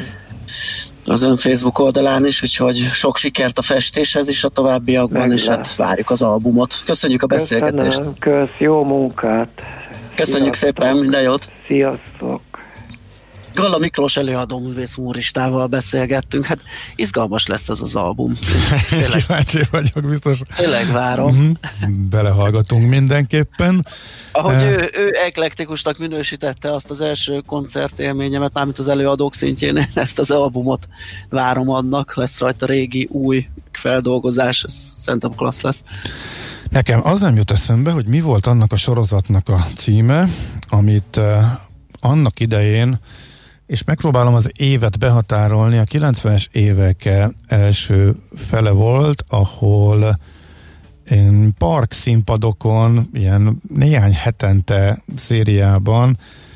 az ön Facebook oldalán is, úgyhogy sok sikert a festéshez is a továbbiakban, meg és le. Hát várjuk az albumot. Köszönjük a beszélgetést. Köszönöm, kösz, jó munkát. Köszönjük Sziasztok. Szépen, minden jót. Sziasztok. Galla Miklós előadó művész humoristával beszélgettünk, hát izgalmas lesz ez az album. Tényleg, kíváncsi vagyok, biztos. Tényleg várom. Uh-huh. Belehallgatunk mindenképpen. Ahogy uh, ő, ő eklektikusnak minősítette azt az első koncertélményemet, mármint az előadók szintjén, ezt az albumot várom annak, lesz rajta régi, új feldolgozás, ez szerintem klassz lesz. Nekem az nem jut eszembe, hogy mi volt annak a sorozatnak a címe, amit uh, annak idején, és megpróbálom az évet behatárolni, a kilencvenes évek első fele volt, ahol én park színpadokon, ilyen néhány hetente szériában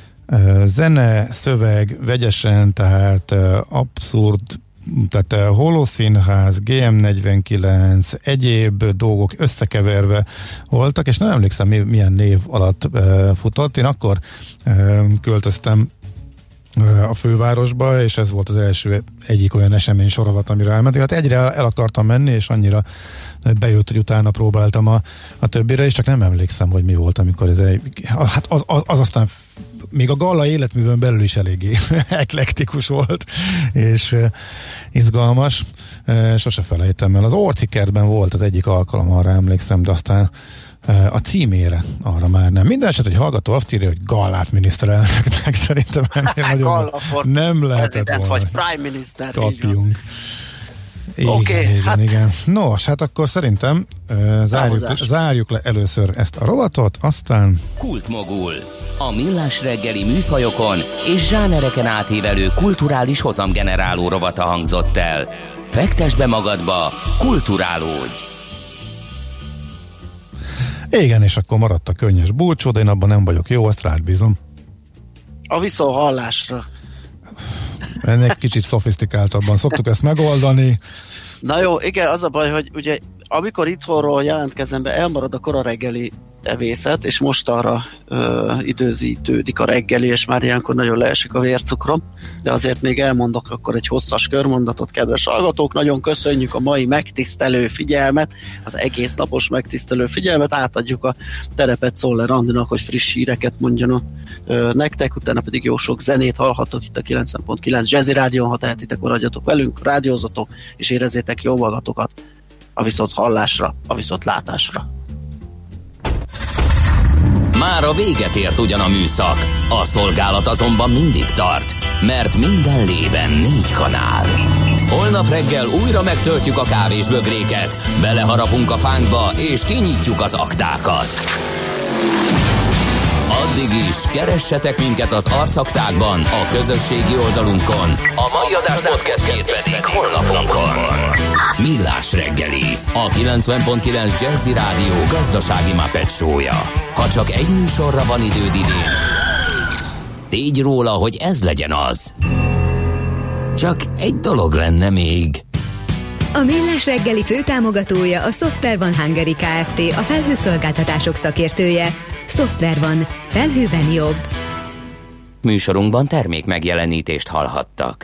zene, szöveg, vegyesen, tehát abszurd, tehát Holoszínház, gé em negyvenkilenc, egyéb dolgok összekeverve voltak, és nem emlékszem milyen név alatt futott. Én akkor költöztem a fővárosba, és ez volt az első egyik olyan esemény sorozat, amire elmentünk. Hát egyre el akartam menni, és annyira bejött, hogy utána próbáltam a, a többire, és csak nem emlékszem, hogy mi volt, amikor ez egy, hát az, az, az aztán még a Galla életművön belül is eléggé eklektikus volt, és uh, izgalmas. Uh, sose felejtem el. Az Orcikertben volt az egyik alkalom, arra emlékszem, de aztán a címére arra már nem. Minden eset, hogy hallgató azt írja, hogy Gallát miniszterelnöknek szerintem ennél nagyon nem lehetett volna. Vagy Prime Minister. Kapjunk. Oké, okay, hát... igen. Nos, hát akkor szerintem uh, zárjuk, zárjuk le először ezt a rovatot, aztán... Kultmogul. A millás reggeli műfajokon és zsánereken átívelő kulturális hozamgeneráló rovata hangzott el. Fektesd be magadba, kulturálódj! Igen, és akkor maradt a könnyes búcsú, de én abban nem vagyok jó, azt rád bízom. A viszonthallásra. Ennek kicsit szofisztikáltabban szoktuk ezt megoldani. Na jó, igen, az a baj, hogy ugye amikor itthonról jelentkezem be, elmarad a kora reggeli evészet, és most arra ö, időzítődik a reggeli, és már ilyenkor nagyon leesik a vércukrom, de azért még elmondok akkor egy hosszas körmondatot, kedves hallgatók, nagyon köszönjük a mai megtisztelő figyelmet, az egész napos megtisztelő figyelmet, átadjuk a terepet Szoller Andinak, hogy friss híreket mondjon ö, nektek, utána pedig jó sok zenét hallhatok itt a kilencven pont kilenc Jazzy Rádión, ha tehetitek, maradjatok velünk, rádiózatok, és érezzétek jó magatokat a viszont hallásra, a viszont látásra. Már a véget ért ugyan a műszak, a szolgálat azonban mindig tart, mert minden lében négy kanál. Holnap reggel újra megtöltjük a kávésbögréket, beleharapunk a fánkba és kinyitjuk az aktákat. Addig is keressetek minket az arcaktákban, a közösségi oldalunkon. A mai adás podcastjét pedig holnapunkon. Millás reggeli, a kilencven pont kilenc Jazzy Rádió gazdasági Muppet show-ja. Ha csak egy műsorra van időd idén, tégy róla, hogy ez legyen az. Csak egy dolog lenne még. A Millás reggeli főtámogatója a Software One Hungary Kft., a felhőszolgáltatások szakértője. Software One. Felhőben jobb. Műsorunkban termék megjelenítést hallhattak.